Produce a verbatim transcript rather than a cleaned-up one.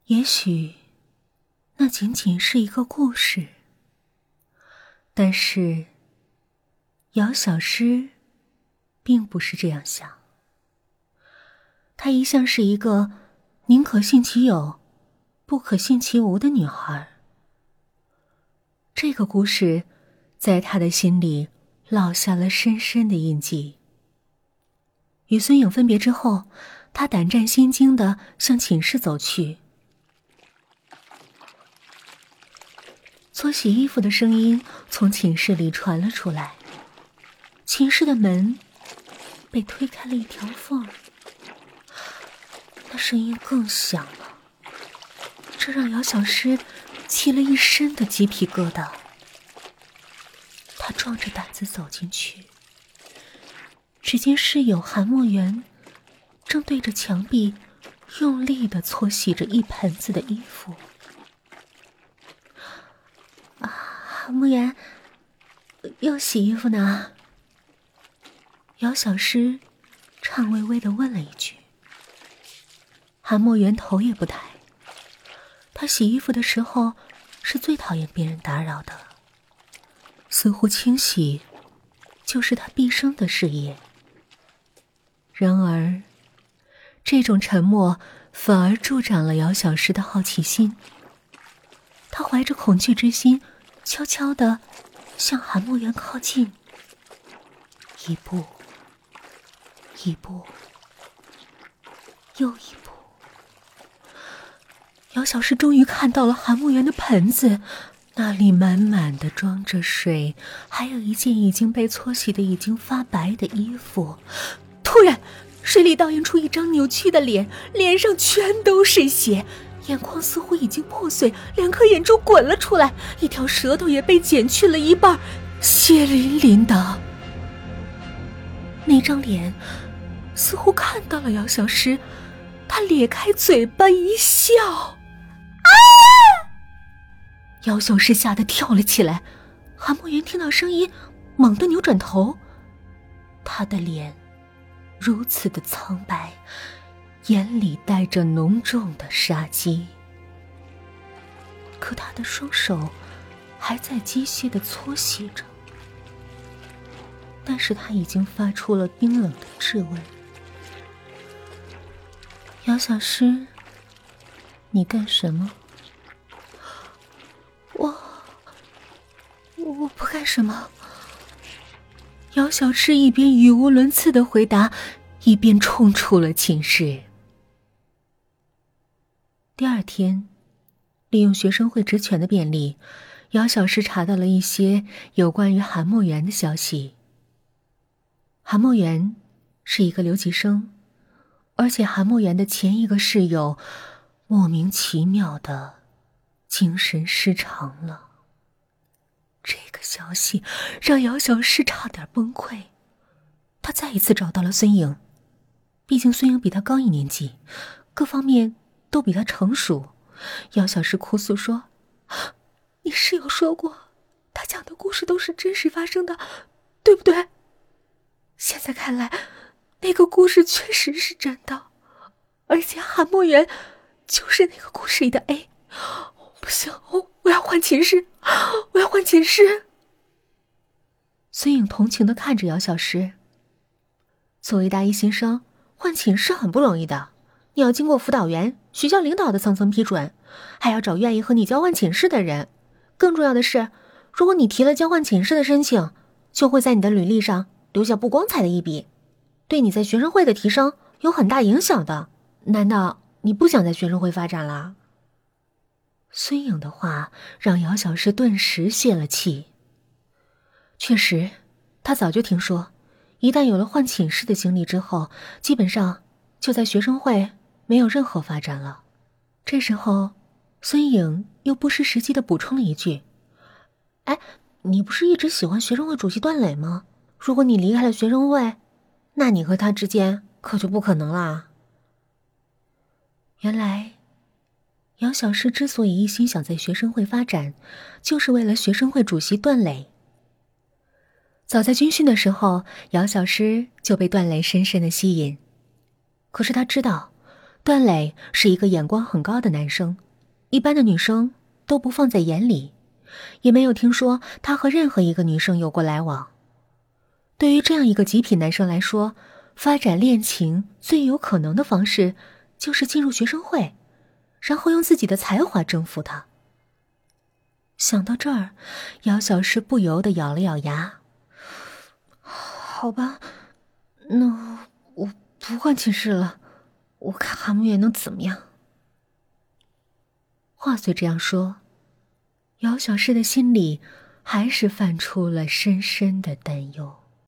也许那仅仅是一个故事，但是姚小诗并不是这样想。她一向是一个宁可信其有不可信其无的女孩。这个故事在她的心里烙下了深深的印记。与孙颖分别之后，她胆战心惊地向寝室走去。搓洗衣服的声音从寝室里传了出来，寝室的门被推开了一条缝，那声音更响了，这让姚小诗起了一身的鸡皮疙瘩。她壮着胆子走进去，只见室友韩墨园正对着墙壁用力地搓洗着一盆子的衣服。啊，韩墨园又洗衣服呢？姚小诗颤巍巍地问了一句。韩墨园头也不抬，他洗衣服的时候是最讨厌别人打扰的，似乎清洗就是他毕生的事业。然而这种沉默反而助长了姚小诗的好奇心，他怀着恐惧之心悄悄地向韩墨园靠近，一步一步又一步。姚小诗终于看到了韩墨园的盆子，那里满满的装着水，还有一件已经被搓洗的已经发白的衣服。突然水里倒映出一张扭曲的脸，脸上全都是血，眼眶似乎已经破碎，两颗眼珠滚了出来，一条舌头也被剪去了一半，血淋淋的。那张脸似乎看到了姚小诗，他咧开嘴巴一笑。啊！姚小诗吓得跳了起来，韩墨园听到声音猛地扭转头，他的脸如此的苍白，眼里带着浓重的杀机。可他的双手还在机械地搓洗着，但是他已经发出了冰冷的质问。姚小诗，你干什么？我我不干什么。姚小诗一边语无伦次地回答，一边冲出了寝室。第二天，利用学生会职权的便利，姚小诗查到了一些有关于韩墨园的消息。韩墨园是一个留级生，而且韩墨园的前一个室友莫名其妙的精神失常了。这个消息让姚小诗差点崩溃，他再一次找到了孙颖，毕竟孙颖比他高一年级，各方面都比他成熟。姚小诗哭诉说，你室友说过他讲的故事都是真实发生的，对不对？现在看来那个故事确实是真的，而且韩墨园就是那个故事里的 A。 不行，我要换寝室，我要换寝室。孙颖同情地看着姚小诗，作为大一新生，换寝室很不容易的，你要经过辅导员、学校领导的层层批准，还要找愿意和你交换寝室的人。更重要的是，如果你提了交换寝室的申请，就会在你的履历上留下不光彩的一笔，对你在学生会的提升有很大影响的。难道你不想在学生会发展了？孙颖的话让姚小诗顿时泄了气。确实，他早就听说，一旦有了换寝室的经历之后，基本上就在学生会没有任何发展了。这时候，孙颖又不失时机地补充了一句：哎，你不是一直喜欢学生会主席段磊吗？如果你离开了学生会，那你和他之间可就不可能啦。原来姚小诗之所以一心想在学生会发展，就是为了学生会主席段磊。早在军训的时候，姚小诗就被段磊深深的吸引。可是他知道， 段磊是一个眼光很高的男生，一般的女生都不放在眼里，也没有听说他和任何一个女生有过来往。对于这样一个极品男生来说，发展恋情最有可能的方式就是进入学生会，然后用自己的才华征服他。想到这儿，姚小诗不由得咬了咬牙。好吧，那我不换寝室了，我看韩慕园能怎么样。话虽这样说，姚小诗的心里还是泛出了深深的担忧。